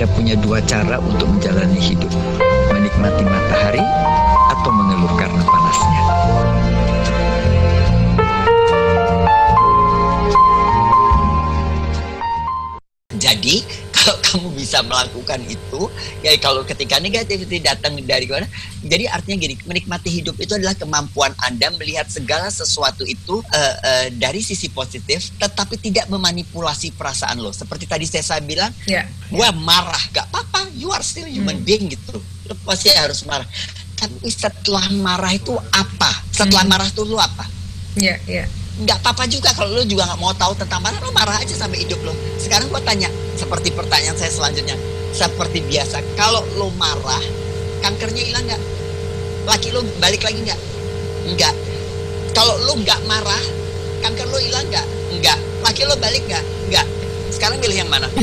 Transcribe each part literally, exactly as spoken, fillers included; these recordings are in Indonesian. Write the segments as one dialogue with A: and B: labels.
A: Anda punya dua cara untuk menjalani hidup. Menikmati matahari atau mengeluh karena panasnya. Jadi kalau kamu bisa melakukan itu, ya kalau ketika negativity datang dari mana, jadi artinya gini, menikmati hidup itu adalah kemampuan Anda melihat segala sesuatu itu uh, uh, dari sisi positif, tetapi tidak memanipulasi perasaan lo. Seperti tadi saya bilang, yeah. gue marah, gak apa-apa, you are still human hmm. being gitu. Lo pasti harus marah. Tapi setelah marah itu apa? Setelah hmm. marah itu lo apa?
B: Iya, yeah, iya. Yeah.
A: Nggak apa-apa juga kalau lo juga nggak mau tahu tentang marah, lo marah aja sampai hidup lo. Sekarang gue tanya, seperti pertanyaan saya selanjutnya, seperti biasa, kalau lo marah, kankernya hilang nggak? Laki lo balik lagi nggak? Nggak. Kalau lo nggak marah, kanker lo hilang nggak? Nggak. Laki lo balik nggak? Nggak. Sekarang pilih yang mana?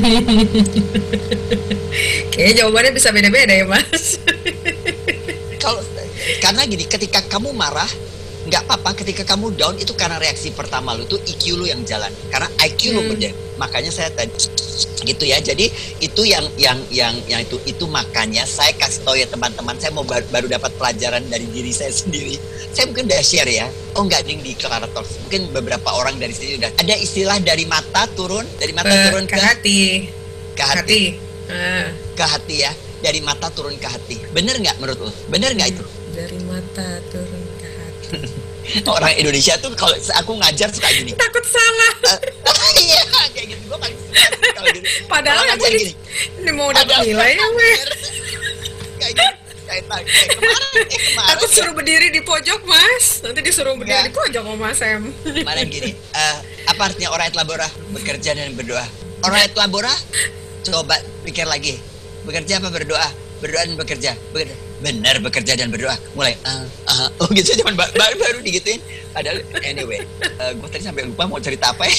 B: Kayaknya jawabannya bisa beda-beda ya, Mas.
A: Kalau karena gini, ketika kamu marah, nggak apa-apa, ketika kamu down itu karena reaksi pertama lu, itu I Q lu yang jalan, karena I Q hmm. lu beda. Makanya saya tadi gitu ya. Jadi itu yang yang yang yang itu itu makanya saya kasih tahu ya teman-teman, saya mau baru, baru dapat pelajaran dari diri saya sendiri. Saya mungkin udah share ya. Oh enggak ding di Clara Talks. Mungkin beberapa orang dari sini udah ada istilah dari mata turun, dari mata uh, turun
B: ke, ke hati.
A: Ke hati. hati.
B: Uh.
A: Ke hati ya. Dari mata turun ke hati. Bener nggak menurut lu? Bener nggak hmm. itu?
B: Dari mata turun ke hati.
A: Orang Indonesia tuh kalau aku ngajar suka gini.
B: Takut salah.
A: Uh, iya, kayak gitu. Gue paling suka kalau gini.
B: Padahal ngajar gini. Ini mau dapat nilai ya, weh.
A: Kayak gitu. Kayak, kayak kemarin, eh, kemarin.
B: Aku suruh berdiri di pojok, Mas. Nanti disuruh berdiri Enggak. di pojok sama Mas Em.
A: Kemarin gini. Uh, apa artinya orang labora? Bekerja dan berdoa. Orang labora? Coba pikir lagi. Bekerja apa berdoa? Berdoa dan bekerja. Bekerja. Benar, bekerja dan berdoa. Mulai uh, uh, oh gitu, cuman baru baru digituin. Padahal anyway, uh, gue tadi sampai lupa mau cerita apa ya.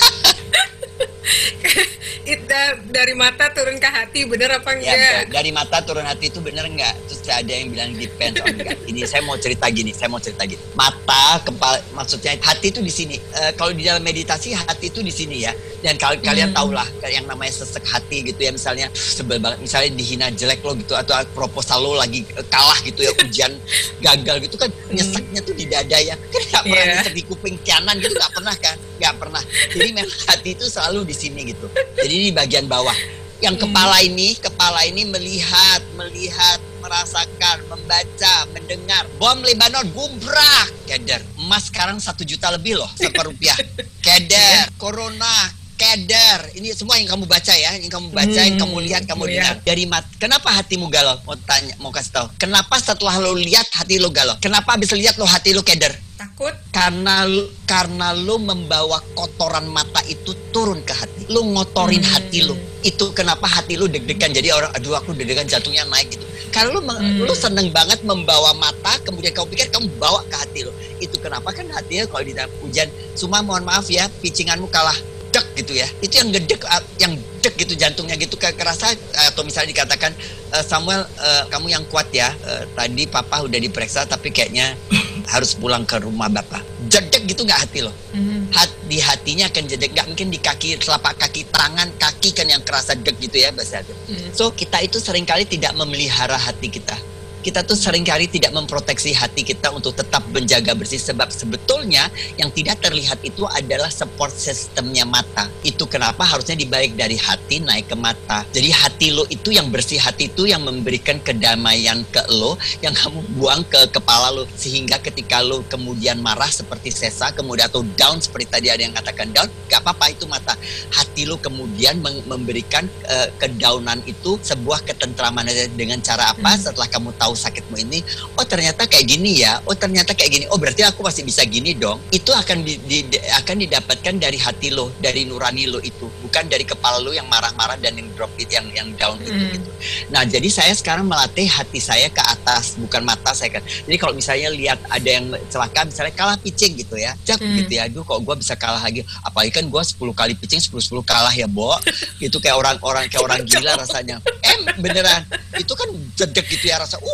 B: Itu dari mata turun ke hati, bener apa enggak?
A: Ya, dari mata turun hati itu bener enggak? Terus ada yang bilang depends on enggak. Ini saya mau cerita gini, saya mau cerita gini. Mata, kepala, maksudnya hati itu di sini. Uh, kalau di dalam meditasi hati itu di sini ya. Dan kal hmm. kalian tahulah yang namanya sesek hati gitu ya, misalnya sebel banget, misalnya dihina jelek lo gitu, atau proposal lo lagi kalah gitu ya, ujian gagal gitu kan, nyeseknya tuh di dada ya. Kan nggak pernah yeah. nyesek di kuping kanan gitu, nggak pernah kan? Nggak pernah. Jadi memang hati itu selalu di sini gitu. Jadi di bagian bawah. Yang kepala ini, kepala ini melihat, melihat, merasakan, membaca, mendengar. Bom Lebanon, bumbrak, keder. Emas sekarang satu juta lebih loh, seperupiah. Keder, corona, keder. Ini semua yang kamu baca ya, yang kamu baca, hmm, yang kamu lihat, kamu dengar. Dari mat. Kenapa hatimu galau? Mau tanya, mau kasih tahu. Kenapa setelah lo lihat hati lo galau? Kenapa habis lihat lo hati lo keder?
B: Takut.
A: Karena karena lo membawa kotoran mata itu turun ke hati. Lo ngotorin hmm. hati lo. Itu kenapa hati lo deg-degan. Jadi orang, aduh aku deg-degan, jantungnya naik gitu. Karena lo, hmm. lo seneng banget membawa mata, kemudian kamu pikir kamu bawa ke hati lo. Itu kenapa kan hatinya kalau di dalam hujan, cuma mohon maaf ya, picinganmu kalah. Dek gitu ya, itu yang gedek, yang dek gitu jantungnya gitu kerasa, atau misalnya dikatakan Samuel, uh, kamu yang kuat ya, uh, tadi papa udah diperiksa tapi kayaknya harus pulang ke rumah bapak. Jedek gitu nggak hati lo? Mm-hmm. Hat, di hatinya akan jedek, nggak mungkin di kaki, telapak kaki, tangan, kaki kan yang kerasa dek gitu ya bahasa itu. Mm-hmm. So kita itu seringkali tidak memelihara hati kita. Kita tuh seringkali tidak memproteksi hati kita untuk tetap menjaga bersih, sebab sebetulnya yang tidak terlihat itu adalah support sistemnya mata. Itu kenapa harusnya dibalik dari hati naik ke mata. Jadi hati lo itu yang bersih, hati itu yang memberikan kedamaian ke lo, yang kamu buang ke kepala lo, sehingga ketika lo kemudian marah seperti Sesa, kemudian atau down seperti tadi ada yang katakan down, gak apa-apa itu mata. Hati lo kemudian memberikan uh, kedownan itu sebuah ketentraman. Dengan cara apa? Hmm. Setelah kamu tahu sakitmu ini, oh ternyata kayak gini ya, oh ternyata kayak gini, oh berarti aku masih bisa gini dong. Itu akan di, di, akan didapatkan dari hati lo, dari nurani lo itu, bukan dari kepala lo yang marah-marah dan yang drop it, yang yang down itu mm. gitu. Nah jadi saya sekarang melatih hati saya ke atas, bukan mata saya kan. Jadi kalau misalnya lihat ada yang celaka, misalnya kalah pitching gitu ya, cak mm. gitu ya, aduh kok gue bisa kalah lagi, apalagi kan gue sepuluh kali pitching, sepuluh sepuluh kalah ya Bo, gitu kayak orang-orang kayak orang gila rasanya. Eh beneran, itu kan jedek gitu ya rasa, uh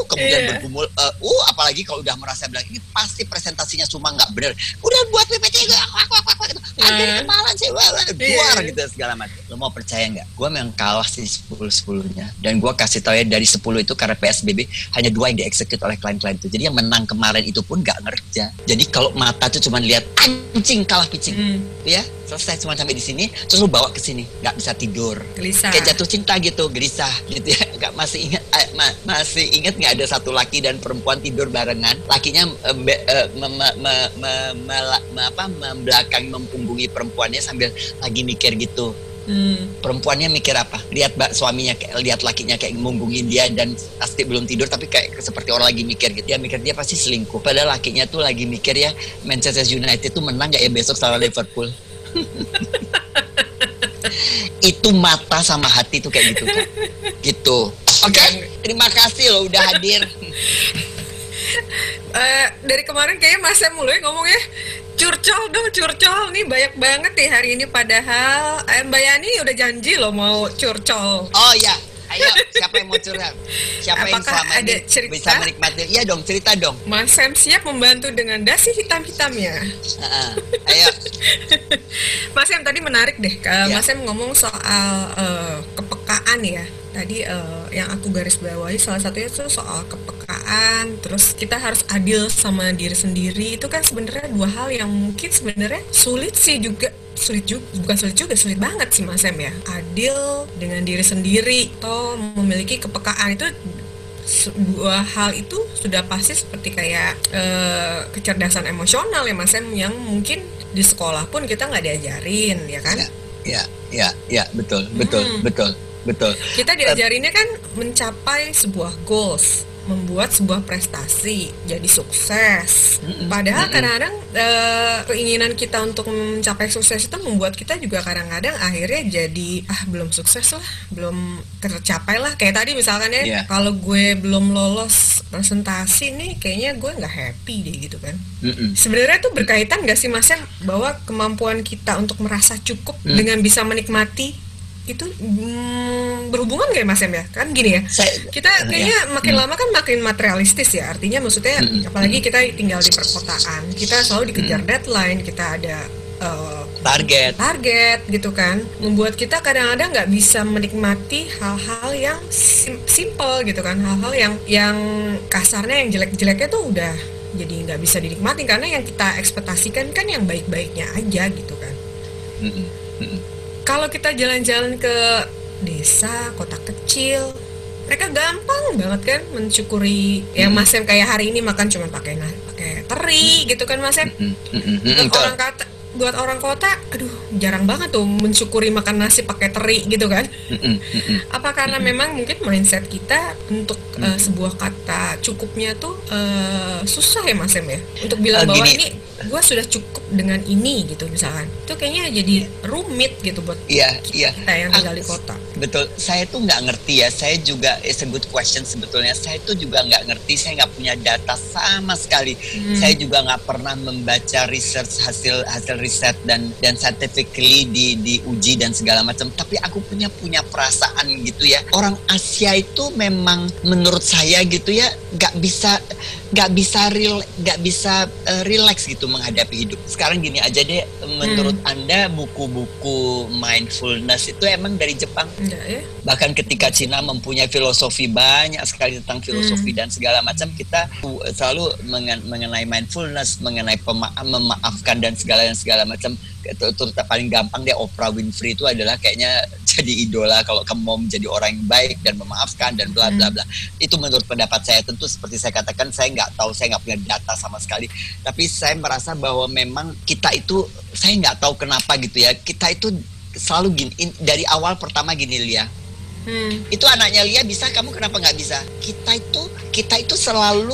A: kemudian
B: Iya.
A: bergumul, uh, uh apalagi kalau udah merasa bilang ini pasti presentasinya cuma nggak benar. Udah buat P P T gue, aku aku aku gitu. Ada kemalan sih, wah, wah, duar
B: Iya.
A: gitu segala macam. Lo mau percaya nggak? Gue memang kalah sih sepuluh sepuluhnya. Dan gue kasih tau ya dari sepuluh itu karena P S B B hanya dua yang dieksekut oleh klien-klien itu. Jadi yang menang kemarin itu pun nggak ngerja. Jadi kalau mata tuh cuma lihat anjing kalah pitching,
B: Hmm.
A: ya selesai cuma sampai di sini. Terus lu bawa ke sini, nggak bisa tidur.
B: Gelisah.
A: Kayak jatuh cinta gitu, gelisah gitu ya. Nggak masih ingat, eh, ma- masih ingat nggak ada satu laki dan perempuan tidur barengan. Lakinya eh, be- eh, me- me- me- me- me- me- apa, membelakang mempunggungi perempuannya sambil lagi mikir gitu.
B: Hmm.
A: Perempuannya mikir apa? Lihat mbak suaminya, kayak, lihat lakinya kayak munggungin dia dan pasti belum tidur tapi kayak seperti orang lagi mikir gitu. Dia mikir dia pasti selingkuh. Padahal lakinya tuh lagi mikir ya Manchester United tuh menang nggak ya besok sama Liverpool. Itu mata sama hati tuh kayak gitu kan. Gitu. Oke, okay? Terima kasih loh udah hadir.
B: Uh, dari kemarin kayaknya Mas Sam mulu ya ngomongnya curcol dong, curcol nih banyak banget nih hari ini padahal eh, Mbak Yani udah janji loh mau curcol.
A: Oh ya, ayo siapa yang mau curhat? Siapa yang
B: Apakah
A: selama
B: ada
A: ini
B: cerita?
A: bisa menikmati? Iya dong, cerita dong.
B: Mas Sam siap membantu dengan dasi hitam-hitamnya.
A: Uh, ayo.
B: Mas Sam tadi menarik deh, uh,
A: Ya.
B: Mas Sam ngomong soal uh, kepekaan ya. Tadi uh, yang aku garis bawahi salah satunya itu soal kepekaan, terus kita harus adil sama diri sendiri. Itu kan sebenarnya dua hal yang mungkin sebenarnya sulit sih juga, sulit juga, bukan sulit juga, sulit banget sih Mas Sam ya. Adil dengan diri sendiri atau memiliki kepekaan itu dua hal itu sudah pasti seperti kayak uh, kecerdasan emosional ya Mas Sam yang mungkin di sekolah pun kita nggak diajarin ya kan?
A: Ya, ya, ya, betul, betul,
B: Hmm.
A: betul, betul.
B: Kita diajarinnya kan mencapai sebuah goals, membuat sebuah prestasi, jadi sukses. Padahal
A: Mm-mm.
B: kadang-kadang eh, keinginan kita untuk mencapai sukses itu membuat kita juga kadang-kadang akhirnya jadi ah belum sukses lah, belum tercapai lah. Kayak tadi misalkan ya,
A: Iya.
B: kalau gue belum lolos presentasi nih, kayaknya gue nggak happy deh gitu kan.
A: Mm-mm.
B: Sebenarnya itu berkaitan gak sih Mas Sam bahwa kemampuan kita untuk merasa cukup
A: Hmm.
B: dengan bisa menikmati itu mm, berhubungan gak ya Mas Sam ya? Kan gini ya,
A: Saya,
B: kita kayaknya makin lama kan makin materialistis ya. Artinya maksudnya
A: Mm-mm.
B: apalagi kita tinggal di perkotaan, kita selalu dikejar deadline, kita ada uh,
A: target.
B: target gitu kan, membuat kita kadang-kadang nggak bisa menikmati hal-hal yang sim- simple gitu kan, hal-hal yang yang kasarnya yang jelek-jeleknya tuh udah jadi nggak bisa dinikmati karena yang kita ekspektasikan kan yang baik-baiknya aja gitu kan.
A: Mm-mm. Mm-mm.
B: Kalau kita jalan-jalan ke desa, kota kecil, mereka gampang banget kan mensyukuri ya Mas Sam kayak hari ini makan cuma pakai na- pakai teri gitu kan Mas Sam.
A: Mm-mm. Mm-mm.
B: Buat
A: Betul.
B: orang kata buat orang kota, aduh jarang banget tuh mensyukuri makan nasi pakai teri gitu kan.
A: Mm-mm. Mm-mm.
B: Apa karena memang mungkin mindset kita untuk uh, sebuah kata cukupnya tuh uh, susah ya Mas Sam ya untuk bilang
A: Eh,
B: bahwa
A: gini.
B: ini gue sudah cukup dengan ini gitu misalkan. Itu kayaknya jadi rumit gitu buat
A: Iya, iya.
B: kita yang tinggal di kota.
A: Betul, saya tuh nggak ngerti ya. Saya juga, it's a good question sebetulnya. Saya tuh juga nggak ngerti. Saya nggak punya data sama sekali.
B: Hmm.
A: Saya juga nggak pernah membaca research hasil hasil riset dan dan scientifically di diuji dan segala macam. Tapi aku punya punya perasaan gitu ya. Orang Asia itu memang menurut saya gitu ya nggak bisa nggak bisa real nggak bisa uh, relax gitu menghadapi hidup. Sekarang gini aja deh. Menurut Anda buku-buku mindfulness itu emang dari Jepang?
B: Enggak ya?
A: Bahkan ketika Cina mempunyai filosofi banyak sekali tentang filosofi dan segala macam, kita selalu mengen- mengenai mindfulness, mengenai pema- memaafkan dan segala dan segala macam. Itu, itu paling gampang deh, Oprah Winfrey itu adalah kayaknya jadi idola kalau kamu mau menjadi orang yang baik dan memaafkan dan bla bla bla. Itu menurut pendapat saya. Tentu seperti saya katakan, saya nggak tahu, saya nggak punya data sama sekali. Tapi saya merasa bahwa memang kita itu, saya nggak tahu kenapa gitu ya, kita itu selalu gini, in- dari awal pertama gini Lia.
B: Hmm.
A: Itu anaknya Lia bisa, kamu kenapa nggak bisa? Kita itu kita itu selalu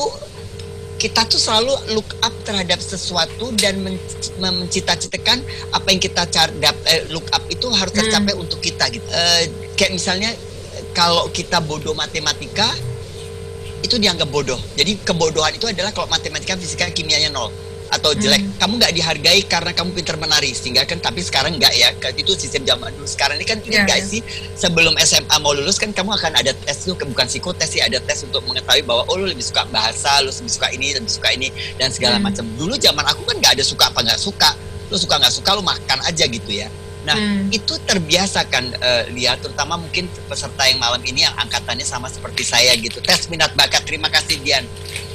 A: kita tuh selalu look up terhadap sesuatu dan men- mencita-citakan apa yang kita cari, eh, look up itu harus tercapai
B: Hmm.
A: untuk kita gitu. Eh, kayak misalnya kalau kita bodoh matematika itu dianggap bodoh. Jadi kebodohan itu adalah kalau matematika, fisika, kimianya nol. atau jelek.
B: Hmm.
A: Kamu nggak dihargai karena kamu pintar menari, sehingga kan, tapi sekarang nggak ya, itu sistem zaman dulu. Sekarang ini kan
B: Yeah,
A: nggak
B: yeah.
A: sih, sebelum S M A mau lulus kan kamu akan ada tes tuh, bukan psikotes sih, ada tes untuk mengetahui bahwa oh lu lebih suka bahasa, lu lebih suka ini, lebih suka ini, dan segala
B: Hmm.
A: macam. Dulu zaman aku kan nggak ada suka apa nggak suka, lu suka nggak suka lu makan aja gitu ya. Nah,
B: Hmm.
A: itu terbiasa kan, uh, Lia, terutama mungkin peserta yang malam ini yang angkatannya sama seperti saya gitu. Tes minat bakat, terima kasih Dian.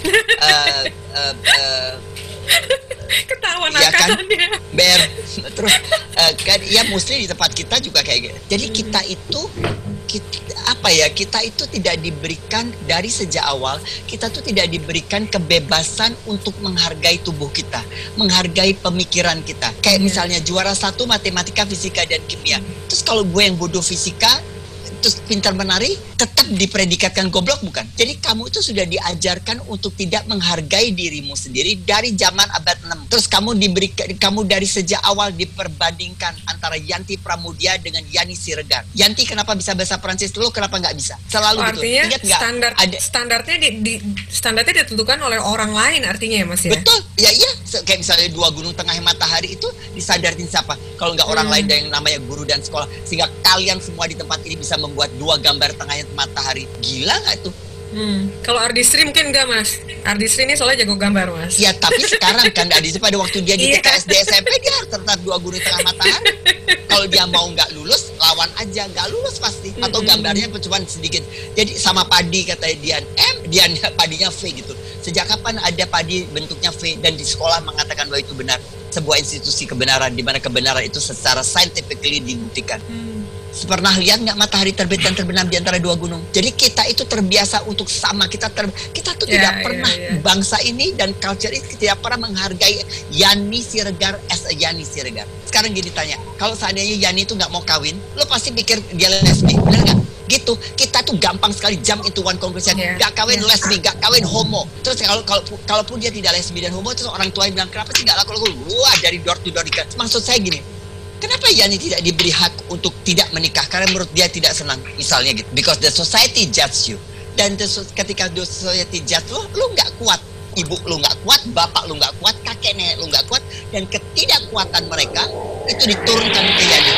A: Uh, uh, uh,
B: Ketahuan
A: Iya kan?
B: angkatannya.
A: Ber, terus uh, kan ya mostly di tempat kita juga kayak gitu. Jadi kita itu kita, apa ya, kita itu tidak diberikan dari sejak awal, kita tuh tidak diberikan kebebasan untuk menghargai tubuh kita, menghargai pemikiran kita. Kayak
B: Iya.
A: misalnya juara satu matematika, fisika, dan kimia. Terus kalau gue yang bodoh fisika, terus pintar menari, tetap dipredikatkan goblok bukan? Jadi kamu itu sudah diajarkan untuk tidak menghargai dirimu sendiri dari zaman abad enam. Terus kamu diberikan, kamu dari sejak awal diperbandingkan antara Yanti Pramudia dengan Yani Siregar. Yanti kenapa bisa bahasa Prancis, lo kenapa nggak bisa? Selalu
B: Oh,
A: gitu.
B: artinya
A: Ingat nggak?
B: standar
A: Ada,
B: standarnya di, di standarnya ditentukan oleh orang lain artinya ya Mas ya.
A: betul, ya iya. Se- Kayak misalnya dua gunung tengah matahari itu disadarin siapa? Kalau nggak orang
B: Hmm.
A: lain yang namanya guru dan sekolah. Sehingga kalian semua di tempat ini bisa membuat dua gambar tengahnya matahari. Gila nggak tuh?
B: Hmm. Kalau Ardistri mungkin enggak Mas. Ardistri ini soalnya jago gambar Mas.
A: Ya tapi sekarang kan Adi pada waktu dia di
B: Iya.
A: T K S D S M P dia harus tetap dua gunung tengah matahari. Kalau dia mau nggak lulus, lawan aja, nggak lulus pasti. Atau
B: Mm-mm.
A: gambarnya cuma sedikit. Jadi sama padi katanya Dian M, Dian padinya V gitu. Sejak kapan ada padi bentuknya V dan di sekolah mengatakan bahwa itu benar? Sebuah institusi kebenaran di mana kebenaran itu secara scientifically dibuktikan.
B: Hmm.
A: Pernah lihat nggak matahari terbit dan terbenam di antara dua gunung? Jadi kita itu terbiasa untuk sama, kita ter, kita tuh
B: Ya,
A: tidak
B: ya,
A: pernah
B: ya.
A: bangsa ini dan culture ini tidak pernah menghargai Yani Siregar as a Yani Siregar. Sekarang gini tanya, kalau seandainya Yani itu nggak mau kawin, lo pasti pikir dia lesbi, benar nggak? Gitu, kita tuh gampang sekali jump into one conclusion,
B: Ya,
A: nggak kawin
B: ya.
A: lesbi, nggak kawin homo. Terus kalau kalau kalaupun dia tidak lesbi dan homo, terus orang tua bilang kenapa sih nggak laku-laku? Wah dari door to door ikan. Maksud saya gini, kenapa Yani tidak diberi hak untuk tidak menikah? Karena menurut dia tidak senang, misalnya gitu. Because the society judge you. Dan the so- ketika the society judge lo, lo nggak kuat. Ibu lo nggak kuat, bapak lo nggak kuat, kakek nenek lo nggak kuat. Dan ketidakkuatan mereka itu diturunkan ke Yani.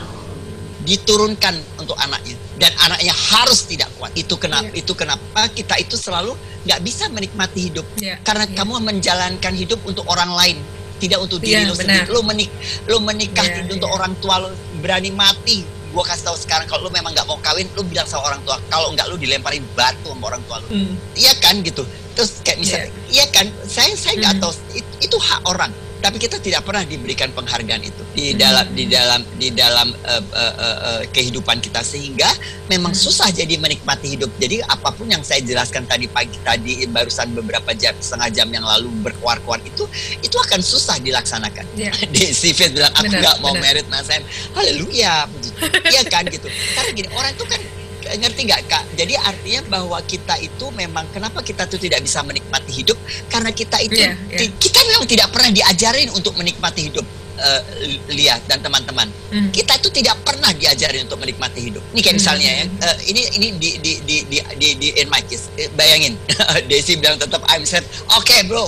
A: Diturunkan untuk anaknya. Dan anaknya harus tidak kuat. Itu kenapa?
B: Iya.
A: Itu kenapa kita itu selalu nggak bisa menikmati hidup.
B: Iya,
A: Karena
B: iya.
A: kamu menjalankan hidup untuk orang lain, tidak untuk diri
B: Iya,
A: lo
B: benar.
A: sendiri. Lo menik, lo menikah
B: Iya,
A: untuk
B: iya.
A: orang tua lo, berani mati. Gua kasih tahu sekarang, kalau lo memang nggak mau kawin, lo bilang sama orang tua. Kalau nggak, lo dilemparin batu sama orang tua lo.
B: Hmm.
A: Iya kan gitu. Terus kayak misalnya, iya kan, saya saya nggak
B: Hmm.
A: tahu itu, itu hak orang. Tapi kita tidak pernah diberikan penghargaan itu di
B: Hmm.
A: dalam di dalam di dalam uh, uh, uh, uh, kehidupan kita, sehingga memang
B: Hmm.
A: susah jadi menikmati hidup. Jadi apapun yang saya jelaskan tadi pagi tadi barusan beberapa jam setengah jam yang lalu berkuar-kuar itu itu akan susah dilaksanakan.
B: Iya.
A: Desi Fit bilang aku
B: Benar,
A: nggak mau
B: benar.
A: merit Mas Em. Haleluya. Iya kan gitu. Karena gini, orang itu kan ngerti nggak Kak? Jadi artinya bahwa kita itu memang kenapa kita tuh tidak bisa menikmati hidup, karena kita itu
B: Iya, iya.
A: ti- kita memang tidak pernah diajarin untuk menikmati hidup. uh, Lia dan teman-teman,
B: Hmm.
A: kita itu tidak pernah diajarin untuk menikmati hidup. Ini kayak
B: Hmm.
A: misalnya ya, uh, ini ini di di di di di, di in my case. Eh, bayangin, Desi bilang tetap I'm sad. Oke bro.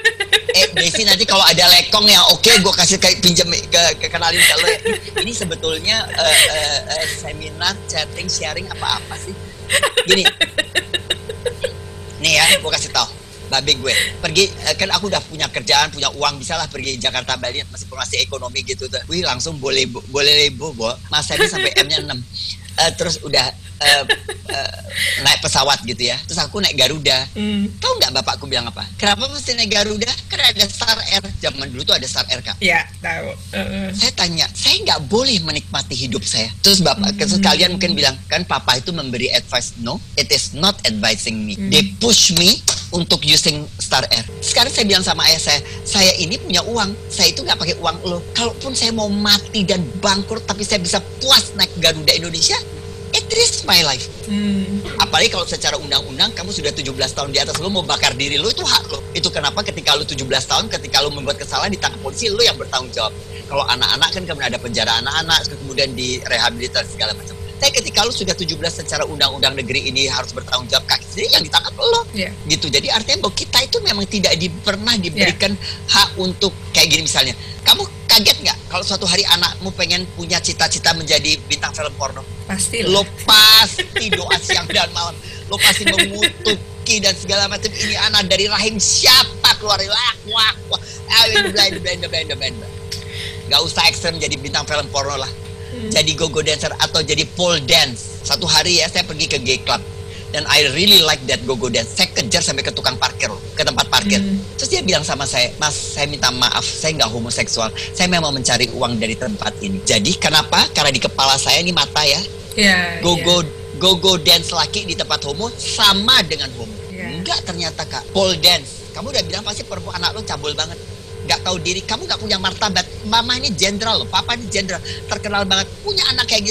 A: Eh Desi nanti kalau ada lekong yang oke, gue kasih kayak pinjam ke, ke kenalin ke lo. Ini sebetulnya uh, uh, uh, seminar chatting sharing apa apa sih? Gini, nih ya, gue kasih tau. Babe gue pergi, eh, kan aku udah punya kerjaan, punya uang, bisa lah pergi Jakarta Bali, masih masih ekonomi gitu tuh. Wih langsung boleh bo- boleh lebo bo, Mas Hedi sampai M-nya enam. Eh, terus udah eh, eh, naik pesawat gitu ya. Terus aku naik Garuda.
B: Hmm.
A: Tahu nggak bapakku bilang apa? Kenapa mesti naik Garuda? Karena ada Star Air. Zaman dulu tuh ada Star Air Kak.
B: Ya, tahu. Heeh.
A: Saya tanya, saya nggak boleh menikmati hidup saya. Terus bapak, terus kalian mungkin bilang, kan papa itu memberi advice. No, it is not advising me.
B: Hmm.
A: They push me untuk using Star Air. Sekarang saya bilang sama ayah saya, saya ini punya uang. Saya itu nggak pakai uang lo. Kalaupun saya mau mati dan bangkrut, tapi saya bisa puas naik Garuda Indonesia, it is my life.
B: Hmm.
A: Apalagi kalau secara undang-undang kamu sudah tujuh belas tahun di atas, lo mau bakar diri lo, itu hak lo. Itu kenapa ketika lo tujuh belas tahun, ketika lo membuat kesalahan ditangkap polisi, lo yang bertanggung jawab. Kalau anak-anak kan kemudian ada penjara anak-anak, kemudian direhabilitasi segala macam. Saya ketika lu sudah tujuh belas secara undang-undang negeri ini harus bertanggung jawab kaki sendiri, yang ditangkap lo. Yeah. Gitu. Jadi artinya bahwa kita itu memang tidak di, pernah diberikan yeah. hak untuk kayak gini misalnya. Kamu kaget nggak kalau suatu hari anakmu pengen punya cita-cita menjadi bintang film porno?
B: Pasti.
A: Lo pasti doa siang dan malam. Lo pasti mengutuki dan segala macam. Ini anak dari rahim siapa keluar? Wah, wah, wah. Blind, blind, blind, blind. Gak usah ekstrem jadi bintang film porno lah. Hmm. Jadi go-go dancer atau jadi pole dance. Satu hari ya saya pergi ke gay club dan I really like that go-go dance. Saya kejar sampai ke tukang parkir, ke tempat parkir. Hmm. Terus dia bilang sama saya, "Mas, saya minta maaf, saya nggak homoseksual. Saya memang mencari uang dari tempat ini." Jadi kenapa? Karena di kepala saya ini mata ya. Yeah, go-go yeah. go-go dance laki di tempat homo sama dengan homo. Yeah. Enggak ternyata Kak. Pole dance. Kamu udah bilang pasti perempuan anak lo cabul banget. Gak tahu diri, kamu gak punya martabat. Mama ini jenderal loh, papa ini jenderal, terkenal banget, punya anak kayak gitu.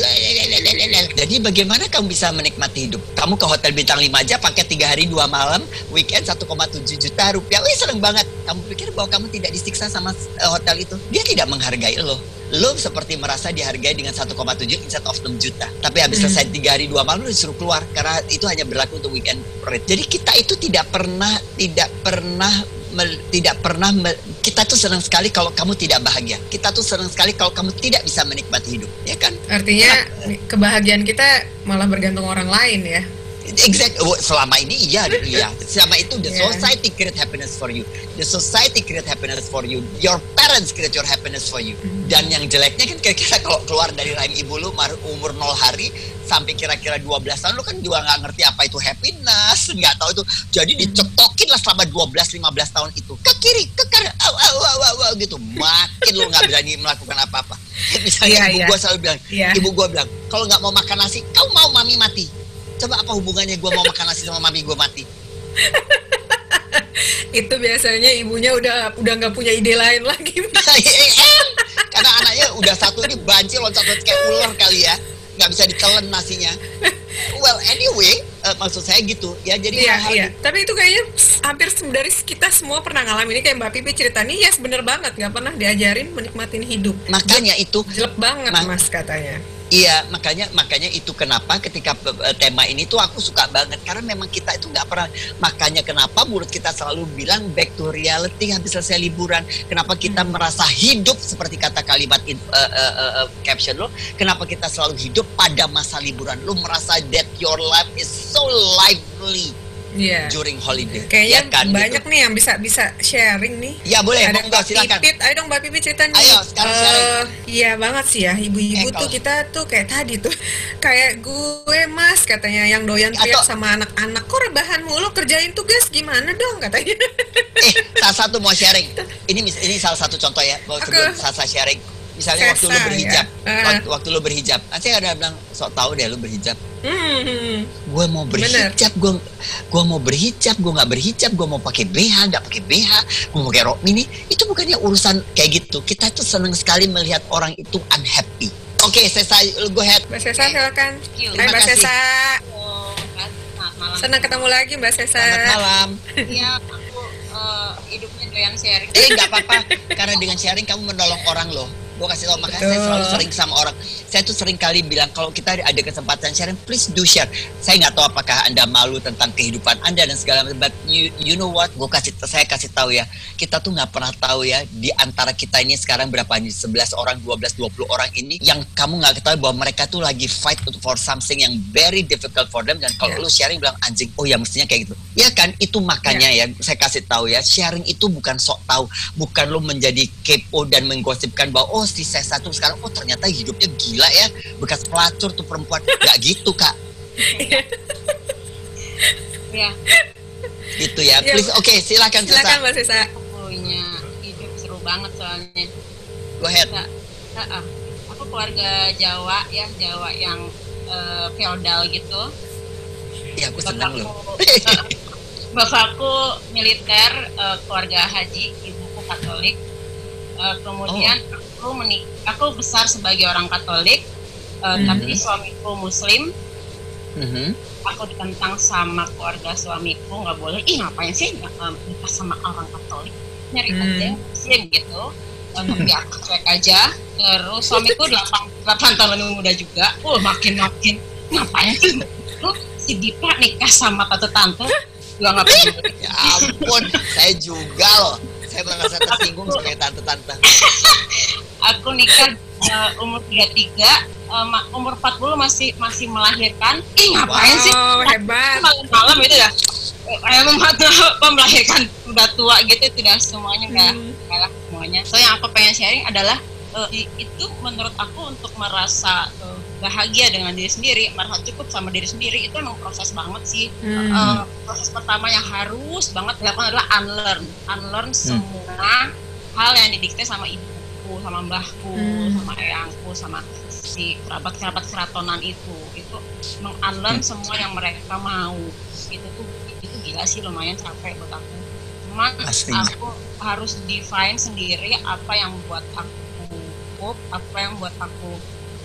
A: Jadi bagaimana kamu bisa menikmati hidup? Kamu ke hotel bintang lima aja pakai tiga hari dua malam, weekend satu koma tujuh juta rupiah. Wih seneng banget. Kamu pikir bahwa kamu tidak disiksa sama hotel itu? Dia tidak menghargai lo. Lo seperti merasa dihargai dengan satu koma tujuh instead of enam juta. Tapi habis hmm. selesai tiga hari dua malam lo disuruh keluar karena itu hanya berlaku untuk weekend rate. Jadi kita itu tidak pernah tidak pernah tidak pernah kita tuh senang sekali kalau kamu tidak bahagia. Kita tuh senang sekali kalau kamu tidak bisa menikmati hidup, ya kan?
B: Artinya kebahagiaan kita malah bergantung orang lain ya.
A: Exactly. Selama ini iya, iya. Selama itu the yeah. society create happiness for you. The society create happiness for you. Your parents create your happiness for you. Mm-hmm. Dan yang jeleknya kan kira-kira kalau keluar dari rahim ibu lu umur nol hari sampai kira-kira dua belas tahun lu kan juga nggak ngerti apa itu happiness, nggak tahu itu. Jadi dicotokin lah selama dua belas lima belas tahun itu ke kiri ke kanan, aw aw aw aw, aw gitu. Makin lu nggak berani melakukan apa-apa. Misalnya yeah, ibu yeah. gua selalu bilang, yeah. ibu gua bilang, kalau nggak mau makan nasi, kau mau mami mati. Coba apa hubungannya gue mau makan nasi sama mami gue mati?
B: Itu biasanya ibunya udah udah nggak punya ide lain lagi.
A: Karena anaknya udah satu ini banci loncat-loncat kayak ular kali ya, nggak bisa ditelan nasinya. Well anyway, uh, maksud saya gitu ya. Jadi
B: iya, iya. Tapi itu kayaknya hampir dari kita semua pernah ngalamin ini, kayak Mbak Pipi cerita nih, yes bener banget, nggak pernah diajarin menikmatin hidup.
A: Makanya itu
B: jelek banget ma- mas katanya.
A: Iya, makanya makanya itu kenapa ketika uh, tema ini tuh aku suka banget karena memang kita itu nggak pernah. Makanya kenapa mulut kita selalu bilang back to reality habis selesai liburan. Kenapa kita hmm. merasa hidup seperti kata kalimat in, uh, uh, uh, uh, caption lo. Kenapa kita selalu hidup pada masa liburan? Lo merasa that your life is so lively. Yeah. During holiday.
B: Kayaknya ya kan, banyak gitu nih yang bisa bisa sharing nih.
A: Ya boleh,
B: ada Mbak Pipit, ayo dong Mbak Pipit cerita nih.
A: Ayo sekarang uh, sharing.
B: Iya banget sih ya, ibu-ibu eh, tuh kita tuh kayak tadi tuh kayak gue mas katanya yang doyan teriak atau sama anak-anak, kok rebahan mulu kerjain tugas gimana dong katanya.
A: Eh salah satu mau sharing. Ini ini salah satu contoh ya, mau sebelum Sasa sharing. Misalnya Sesa, waktu lu berhijab, ya? uh. waktu, waktu lu berhijab, nanti ada bilang sok tahu deh lu berhijab. Hmm. Gue mau berhijab, gue gue mau berhijab, gue nggak berhijab, gue mau pakai B H, nggak pakai B H, gue mau pakai rok mini. Itu bukannya urusan kayak gitu. Kita tuh seneng sekali melihat orang itu unhappy. Oke, okay, Sesa, lu go ahead.
B: Mbak Sesa silakan. Hai Mbak Sesa. Oh, malam. Senang ketemu lagi Mbak Sesa.
A: Selamat malam.
C: Iya, aku uh, hidupnya doyan sharing.
A: Eh nggak apa-apa, karena dengan sharing kamu menolong orang loh. Gue kasih tau, makanya saya selalu sering sama orang. Saya tuh sering kali bilang kalau kita ada kesempatan sharing, please do share. Saya nggak tahu apakah Anda malu tentang kehidupan Anda dan segala macam, but you, you know what? Gue kasih, saya kasih tahu ya, kita tuh nggak pernah tahu ya di antara kita ini sekarang berapa nih, sebelas orang, dua belas, dua puluh orang ini yang kamu nggak ketahui bahwa mereka tuh lagi fight for something yang very difficult for them. Dan kalau yeah. lu sharing bilang anjing, oh ya mestinya kayak gitu. Ya kan, itu makanya yeah. ya saya kasih tahu ya, sharing itu bukan sok tahu, bukan lu menjadi kepo dan menggosipkan bahwa oh si Sesa tuh sekarang oh ternyata hidupnya gila ya, bekas pelacur tuh perempuan. Gak gitu Kak.
C: Ya.
A: Gitu ya. Please, oke okay, silakan Sesa.
B: Silakan Mbak Sesa.
C: Punya hidup seru banget soalnya.
A: Go ahead.
C: Nah, uh, uh, aku keluarga Jawa ya, Jawa yang uh, feodal gitu.
A: Iya aku senang loh.
C: Uh, bapakku militer, uh, keluarga haji, ibuku Katolik. Uh, kemudian oh. aku menik, aku besar sebagai orang Katolik, uh, mm-hmm. tapi suamiku Muslim. Mm-hmm. Aku ditentang sama keluarga suamiku, nggak boleh. Ih ngapain sih nikah sama orang Katolik? Nyari mm. aja Muslim gitu. tapi aku cuek aja. Terus suamiku delapan tahun lebih muda juga. Oh makin-makin ngapain sih lu si Dipa nikah sama tante-tante juga nggak peduli.
A: Ya ampun, saya juga loh. Saya merasa tersinggung sebagai tante-tante.
C: Aku nikah uh, umur tiga puluh tiga, uh, umur empat puluh masih masih melahirkan. Ih ngapain
B: wow,
C: sih?
B: Hebat.
C: Malam-malam itu ya. Kayak membuat melahirkan udah tua gitu, tidak semuanya enggak hmm. kalah semuanya. So yang aku pengen sharing adalah uh, itu menurut aku untuk merasa uh, bahagia dengan diri sendiri, merasa cukup sama diri sendiri itu emang proses banget sih. Hmm. Uh, proses pertama yang harus banget dilakukan adalah unlearn, unlearn hmm. semua hal yang didikte sama ibuku, sama mbahku, hmm. sama eyangku, sama si kerabat-kerabat keratonan itu, itu meng-unlearn hmm. semua yang mereka mau. Itu tuh itu gila sih, lumayan capek buat aku. Cuman Pastinya. aku harus define sendiri apa yang buat aku cukup, apa yang buat aku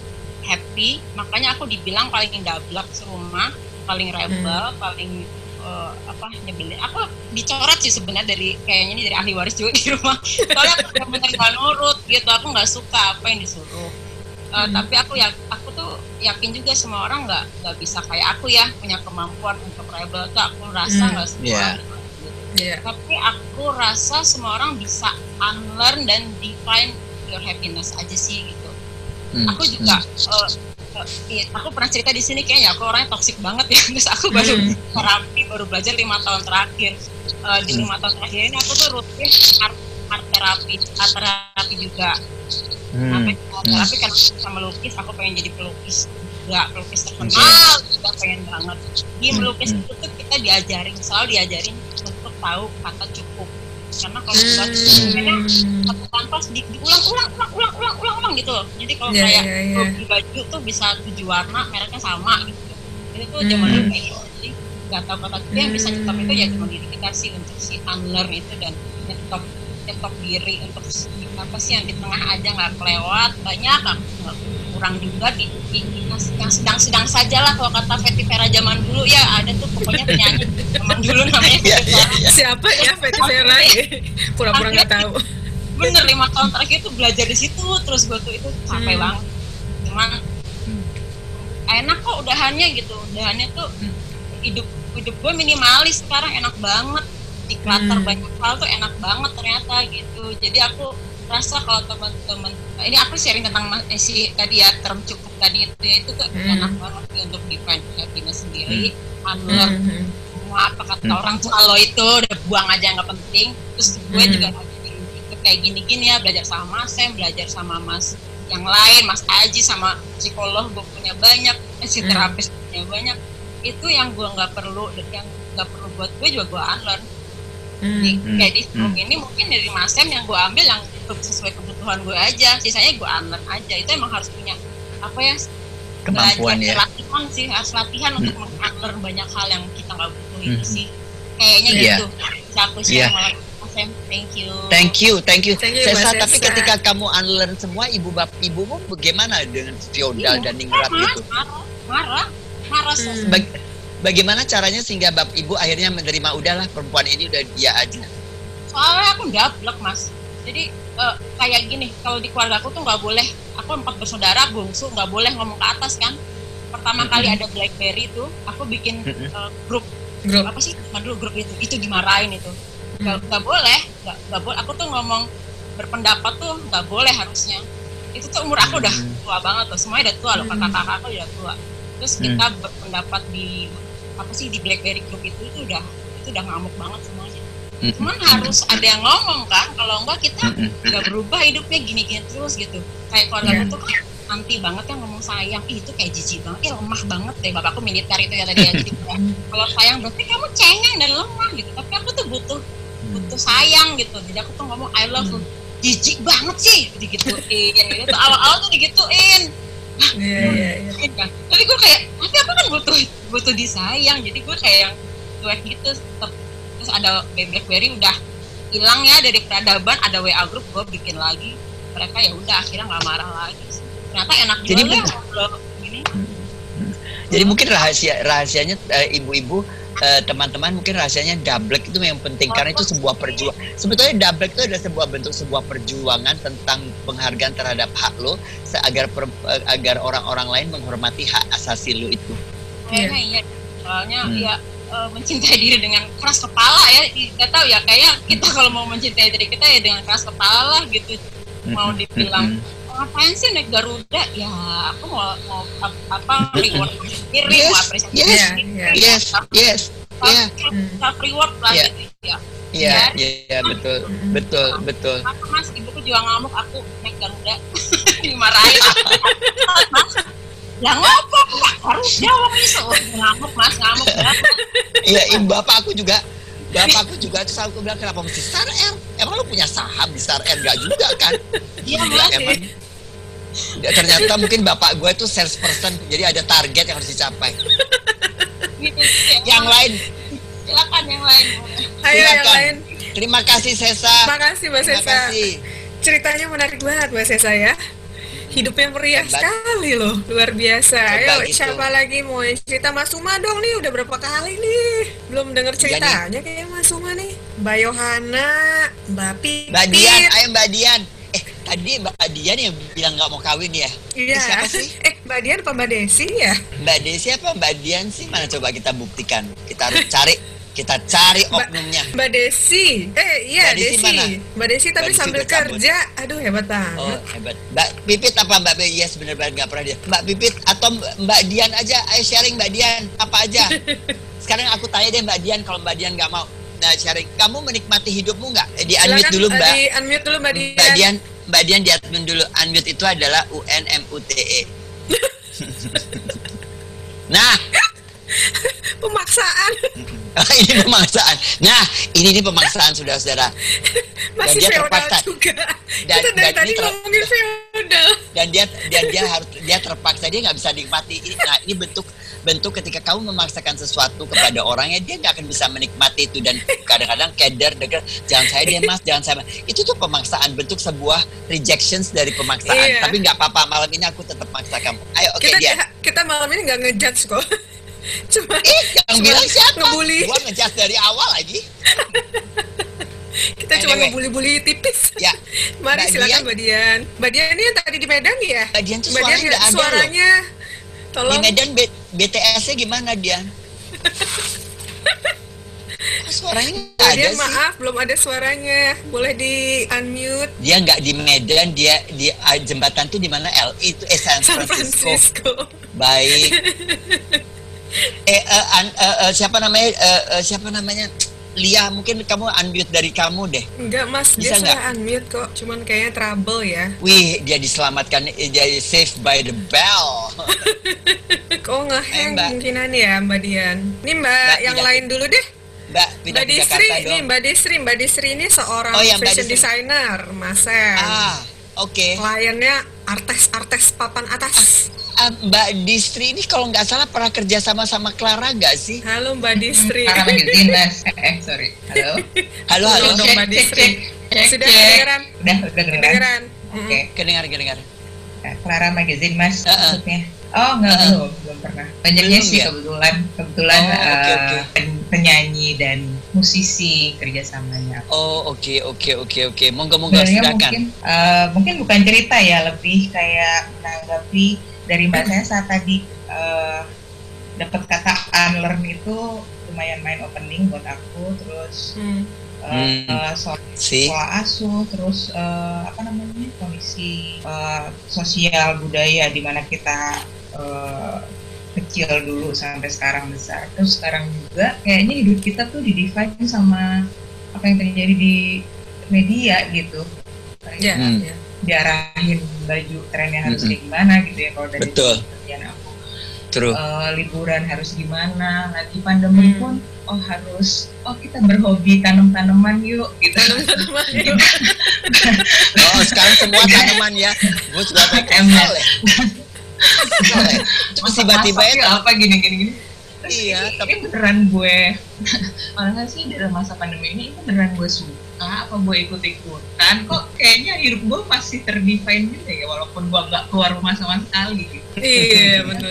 C: happy. Makanya aku dibilang paling dablek serumah, paling rebel, hmm. paling uh, apa nyebelin. Aku dicoret sih sebenarnya dari kayaknya ini dari ahli waris juga di rumah. Soalnya aku benar-benar nggak nurut gitu. Aku nggak suka apa yang disuruh. Uh, hmm. Tapi aku ya aku tuh yakin juga semua orang nggak nggak bisa kayak aku ya, punya kemampuan untuk rebel. Tuh aku rasa nggak hmm. semua. Yeah. Gitu. Yeah. Tapi aku rasa semua orang bisa unlearn dan define your happiness aja sih gitu. Hmm. Aku juga hmm. uh, uh, iya, aku pernah cerita di sini kayaknya aku orangnya toksik banget ya. Terus aku baru hmm. terapi, baru belajar lima tahun terakhir. Uh, di lima tahun terakhir ini aku tuh rutin art, art terapi, art terapi juga. Hmm. Tapi terapi kan sama melukis, aku pengen jadi pelukis juga, pelukis terkenal juga pengen banget. Di melukis hmm. itu tuh kita diajarin, selalu diajarin untuk tahu kata cukup. Karena kalau kita sebenarnya satu kanvas di, diulang-ulang, ulang-ulang, ulang-ulang, ulang gitu loh. Jadi kalau yeah, kayak yeah, yeah. di baju tuh bisa tujuh warna, mereknya sama gitu. Itu tuh zaman dulu kayak gitu. Jadi nggak tahu kata itu yang bisa nyetok itu ya cuma diri kita sih, untuk si unlearn itu dan nyetok nyetok diri untuk apa sih yang di tengah aja nggak kelewat banyak, nggak kurang juga di, di, di yang sedang-sedang saja lah kalau kata Fetty Vera zaman dulu ya, ada tuh pokoknya penyanyi zaman dulu namanya Fetty Vera.
B: Siapa ya Fetty Vera ya? Pura-pura nggak tahu.
C: Bener lima tahun terakhir tuh belajar di situ terus gue tuh itu capek hmm. banget. Cuman hmm. enak kok udahannya gitu, udahannya tuh hmm. hidup hidup gue minimalis sekarang, enak banget. Di klater hmm. banyak hal tuh enak banget ternyata gitu. Jadi aku rasa kalau teman-teman ini aku sharing tentang eh, si tadi ya term cukup tadi itu ya, itu tuh hmm. enak banget nih untuk define happiness sendiri, hmm. unlearn hmm. semua apa kata hmm. orang tua lo itu udah buang aja nggak penting. Terus gue hmm. juga ikut kayak gini-gini ya, belajar sama Mas Sam, belajar sama Mas yang lain, Mas Aji, sama psikolog gue punya banyak, si terapis hmm. punya banyak. Itu yang gue nggak perlu, yang nggak perlu buat gue juga gue unlearn. Hmm. Di, kayak di film hmm. ini mungkin dari Mas Sam yang gue ambil yang sesuai kebutuhan gue aja, sisanya gue unlearn aja. Itu emang harus punya apa ya,
A: kemampuan ya,
C: latihan sih, harus latihan hmm. untuk unlearn banyak hal yang kita nggak butuh hmm. itu sih kayaknya yeah. gitu. Bisa aku share yeah. malah Mas Sam, thank you
A: thank you thank you,
B: thank you
A: Sesa. Tapi ketika kamu unlearn semua, ibu bap ibumu bagaimana dengan feodal dan ningrat itu?
C: Marah marah marah hmm.
A: Bag- Bagaimana caranya sehingga bab ibu akhirnya menerima, udahlah perempuan ini udah dia aja?
C: Soalnya aku dablek Mas. Jadi uh, kayak gini, kalau di keluarga aku tuh nggak boleh, aku empat bersaudara bungsu, nggak boleh ngomong ke atas kan. Pertama mm-hmm. kali ada BlackBerry tuh, aku bikin mm-hmm. uh, grup, grup apa sih? Cuma dulu grup itu, itu dimarahin itu. Nggak mm-hmm. boleh, nggak nggak boleh. Aku tuh ngomong berpendapat tuh nggak boleh harusnya. Itu tuh umur aku udah tua banget tuh, semuanya udah tua loh, kakak-kakak aku udah tua. Terus kita mm-hmm. berpendapat di apa sih di BlackBerry Group itu itu udah itu udah ngamuk banget semuanya. Mm-hmm. Cuman harus ada yang ngomong kan, kalau enggak kita nggak berubah hidupnya gini-gini terus gitu. Kayak keluarga yeah. aku tuh kan anti banget yang ngomong sayang, ih itu kayak jijik banget, ya lemah banget deh. Bapakku militer itu ya tadi ya, jadi kalau sayang berarti kamu cengeng dan lemah gitu. Tapi aku tuh butuh butuh sayang gitu. Jadi aku tuh ngomong I love you, jijik banget sih digituin gitu. Awal-awal tuh digituin.
B: Iya iya iya.
C: Tapi gue kayak, tapi aku kan butuh butuh disayang, jadi gue kayak yang cuek gitu. Terus ada BlackBerry udah hilang ya dari peradaban, ada W A group gue bikin lagi. Mereka ya udah akhirnya nggak marah lagi. Ternyata enak juga
A: jadi
C: ya
A: ngobrol gini. Jadi mungkin rahasia rahasianya uh, ibu-ibu uh, teman-teman mungkin rahasianya double itu yang penting karena itu sebuah perjuangan. Sebetulnya double itu adalah sebuah bentuk sebuah perjuangan tentang penghargaan terhadap hak lo agar per, uh, agar orang-orang lain menghormati hak asasi lo itu.
C: Kayaknya iya, soalnya hmm. ya uh, mencintai diri dengan keras kepala ya, nggak tahu ya kayak kita kalau mau mencintai diri kita ya dengan keras kepala lah gitu. Mau dibilang ngapain sih naik Garuda? Ya aku mau mau apa reward diri, mau apresiasi
A: yes,
C: diri,
A: yes, yes, yes,
C: self reward lah
A: yeah.
C: gitu ya.
A: Iya, iya, betul, betul, betul.
C: Aku mas, ibuku juga ngamuk aku naik Garuda, dimarahin. Mas, ya ngapa? Harus jawab itu. Ngamuk mas, ngamuk ya.
A: Iya, ibu bapak aku juga. Bapakku juga tuh selalu bilang kenapa mesti Star Air? Emang lu punya saham di Star Air? Gak juga kan?
C: Iya mas.
A: Emang ya, ternyata mungkin bapak gue tuh salesperson, jadi ada target yang harus dicapai.
C: Gitu,
A: yang lain,
C: silakan yang lain.
B: Ayo yang lain.
A: Terima kasih Sesa.
B: Terima kasih Mbak Sesa.
A: Terima kasih.
B: Ceritanya menarik banget Mbak Sesa ya. Hidupnya meriah
A: Hebat.
B: Sekali loh, luar biasa.
A: Hebat
B: Ayo
A: itu.
B: Siapa lagi mau cerita Mas Suma dong nih, udah berapa kali nih belum denger ceritanya kayak Mas Suma nih. Mbak Yohana, Mbak Pipit.
A: Mbak Dian, ayo Mbak Dian. Eh tadi Mbak Dian yang bilang nggak mau kawin ya?
B: Iya.
A: Eh, siapa sih?
B: Eh Mbak Dian apa Mbak Desi ya?
A: Mbak Desi apa Mbak Dian sih? Mana coba kita buktikan. Kita harus cari. Kita cari oknumnya.
B: Mbak Desi. Eh iya
A: Mbak Desi
B: Desi.
A: mana?
B: Mbak Desi tapi
A: Mbak Desi
B: sambil
A: tercabut.
B: kerja. Aduh hebat banget.
A: Oh hebat. Mbak Pipit apa Mbak Be? Yes benar-benar nggak pernah dia. Mbak Pipit atau Mbak Dian aja. Ayo sharing Mbak Dian. Apa aja? Sekarang aku tanya deh Mbak Dian kalau Mbak Dian nggak mau. Nah sharing. Kamu menikmati hidupmu nggak? Eh, di unmute
B: Silakan,
A: dulu Mbak.
B: Di unmute dulu Mbak Dian.
A: Mbak Dian. Mbak Dian di unmute dulu. Unmute itu adalah U N M U T E. Nah.
B: Pemaksaan.
A: Ini pemaksaan. Nah, ini nih pemaksaan saudara-saudara.
B: Masih
A: dia
B: feodal
A: terpaksa.
B: juga.
A: Dan,
B: Kita dari
A: dan
B: tadi
A: ini ter-
B: ngomongin feodal.
A: dan dia dan dia harus dia terpaksa, dia nggak bisa nikmati. Nah, ini bentuk bentuk ketika kamu memaksakan sesuatu kepada orang ya dia nggak akan bisa menikmati itu, dan kadang-kadang keder deger jangan saya deh mas, jangan saya. Itu tuh pemaksaan, bentuk sebuah rejections dari pemaksaan.
B: Iya.
A: Tapi nggak apa-apa, malam ini aku tetap maksa kamu. Ayo oke
B: Kita
A: dia.
B: kita malam ini nggak ngejudge kok. Cuma
A: Eh, yang
B: cuma
A: bilang siapa?
B: ngebully.
A: Gua ngejudge dari awal lagi.
B: Kita cuma
A: Anyway.
B: ngebully-bully tipis.
A: Ya.
B: Mari
A: Mbak
B: silakan
A: Dian.
B: Mbak Dian. Mbak Dian ini yang tadi di Medan ya?
A: Mbak Dian tuh
B: Mbak
A: suaranya
B: Dian
A: nggak ada loh.
B: suaranya.
A: Di
B: Tolong.
A: Medan B- BTS-nya gimana Dian? Suaranya nggak
B: Mbak
A: ada
B: Dian
A: sih.
B: maaf belum ada suaranya. Boleh di unmute.
A: Dia nggak di Medan, dia di ah, jembatan tuh di mana L A itu eh San
B: San
A: Francisco.
B: Francisco.
A: Baik. eh eh, an- eh, eh, siapa namanya? Eh, eh, siapa namanya? Lia, mungkin kamu unmute dari kamu deh.
B: Enggak mas,
A: Bisa
B: dia
A: nggak?
B: sudah unmute kok. Cuman kayaknya trouble ya.
A: Wih, dia diselamatkan, eh, dia saved by the bell.
B: Kok ngehang
A: Mbak.
B: kemungkinan ya Mbak Dian. Ini Mbak,
A: Mbak,
B: yang
A: tidak-
B: lain dulu deh.
A: Mbak, pindah
B: Mbak
A: ke
B: Desri,
A: Jakarta
B: ini
A: dong.
B: Mbak Desri, Mbak Desri ini seorang
A: Oh, ya, Mbak
B: fashion
A: Desri.
B: designer, Masen.
A: Ah, oke.
B: Kliennya artis-artis papan atas.
A: Ah, Mbak Distri ini kalau nggak salah pernah kerja sama sama Clara nggak sih?
B: Halo Mbak Desri.
D: Clara Magazine mas. Eh, eh sorry. Halo.
A: Halo, halo.
B: Halo,
D: Cek,
B: Mbak
D: cek,
B: Desri.
D: cek, cek,
B: Sudah
D: cek.
B: kedengeran?
D: Udah, udah kedengeran.
B: Kedengeran.
D: Oke.
A: Kedengar, kedengar.
D: Nah, Clara Magazine mas
A: Uh-uh.
D: maksudnya. Oh enggak,
A: Uh-uh.
D: belum, belum pernah. Banyaknya
A: Belum
D: sih
A: ya?
D: kebetulan, kebetulan
A: Oh, oke,
D: eh,
A: oke.
D: pen- penyanyi dan musisi kerjasamanya.
A: Oh, oke, oke, oke, oke. Monggo, monggo,
D: Sebenarnya
A: silakan.
D: mungkin eh, mungkin bukan cerita ya, lebih kayak menanggapi dari Mbak Sesa tadi, eh, dapat kata unlearn itu lumayan main opening buat aku, terus
B: Hmm.
D: eh,
A: Hmm.
D: eh, soal
A: Si.
D: sekolah asuh, terus eh, apa namanya kondisi eh, sosial budaya di mana kita eh, kecil dulu sampai sekarang besar, terus sekarang juga kayaknya hidup kita tuh didefine sama apa yang terjadi di media gitu.
B: Ya,
A: Hmm.
B: ya.
D: Diarahin baju trennya harus
A: Mm-mm.
D: kayak gimana gitu ya kalau dari
A: Betul.
D: kerjaan aku.
A: True.
D: Eh, liburan harus gimana, lagi pandemi
B: Hmm.
D: pun oh harus oh kita berhobi tanam-tanaman yuk gitu.
A: Oh, sekarang semua tanaman ya. Gue juga pakai
D: Emang.
A: kesel ya. Kesel ya. Terus tiba-tiba
D: Masak
A: ya.
D: yuk, apa gini-gini gini.
A: Iya,
D: Ini
A: tapi
D: beneran gue malah sih dalam masa pandemi ini itu beneran gue suka apa gue ikut-ikutan kok kayaknya hidup gue masih terdefine gitu ya walaupun gue nggak keluar rumah sama sekali gitu.
B: Iya bener.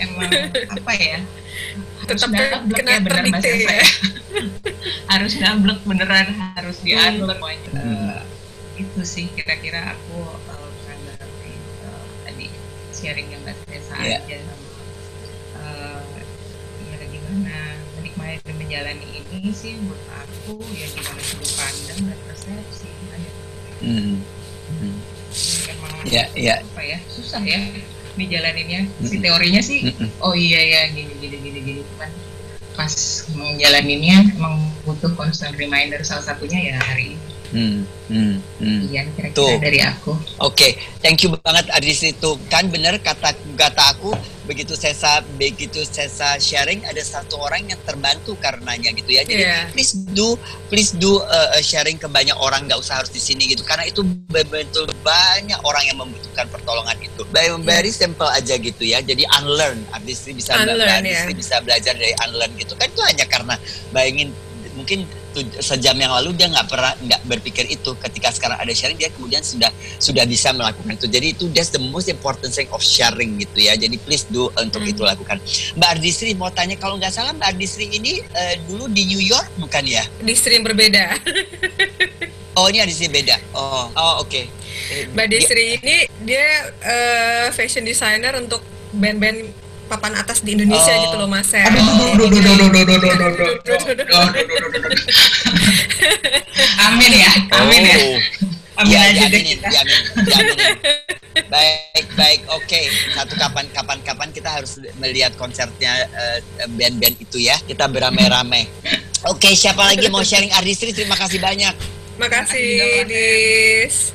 D: emang apa ya?
B: Tetap
D: harus
B: kena
D: ya, bener Mas
B: terdikte
D: Elsa
B: ya.
D: harus ngablek beneran, harus diatur
B: Hmm.
D: semuanya.
A: Hmm.
D: Uh, itu sih kira-kira aku uh, menanggapi uh, tadi sharingnya Mbak Tessa
A: Iya.
D: aja sama uh, ya gimana menikmati dan menjalani ini sih menurut aku ya gimana sudut pandang dan persepsi aja.
A: Hmm. Hmm.
D: Jadi emang
A: Ya, ya.
D: apa ya susah ya dijalaninnya. Si
A: Mm-mm.
D: teorinya sih
A: Mm-mm.
D: oh iya ya gini gini gini gini cuman pas menjalaninnya emang butuh constant reminder, salah satunya ya hari ini.
A: Hmm. Hmm. Hmm.
D: Iya kira-kira
A: Tuh.
D: dari aku.
A: Oke, thank you banget Adis itu. Kan bener kata kata aku, begitu Sesa begitu Sesa sharing ada satu orang yang terbantu karenanya gitu ya. Jadi
B: Iya.
A: please do please do uh, uh, sharing ke banyak orang, nggak usah harus di sini gitu. Karena itu betul banyak orang yang membutuhkan pertolongan itu. Very, very simple aja gitu ya. Jadi unlearn, Adis bisa
B: Unlearn,
A: Adis
B: ya.
A: bisa belajar dari unlearn gitu. Kan itu hanya karena bayangin mungkin tu- sejam yang lalu dia nggak pernah nggak berpikir itu, ketika sekarang ada sharing dia kemudian sudah sudah bisa melakukan itu. Jadi itu that's the most important thing of sharing gitu ya. Jadi please do untuk
B: Hmm.
A: itu lakukan. Mbak Ardisri mau tanya, kalau nggak salah Mbak Ardisri ini eh, dulu di New York bukan ya?
B: Di stream berbeda.
A: Oh ini Ardisri beda. Oh oh oke. Eh,
B: Mbak
A: dia-
B: Desri ini dia eh, fashion designer untuk band-band papan atas di Indonesia
A: Oh.
B: gitu loh Mas Sel.
D: Aduh, duh, duh, duh, duh, duh, duh, duh, duh, duh, duh, duh, duh, duh, duh, duh, duh. Amin ya, amin ya.
A: Oh.
D: Amin
A: Ya,
D: aja deh
A: diaminin,
D: kita.
A: diaminin, diaminin. Baik, baik, oke. Satu kapan, kapan, kapan kita harus melihat konsernya eh, band-band itu ya. Kita beramai-ramai. Oke, siapa lagi mau sharing? Ardisri, terima kasih banyak.
B: Makasih,
D: Makasih juga, Mas.
B: Dis.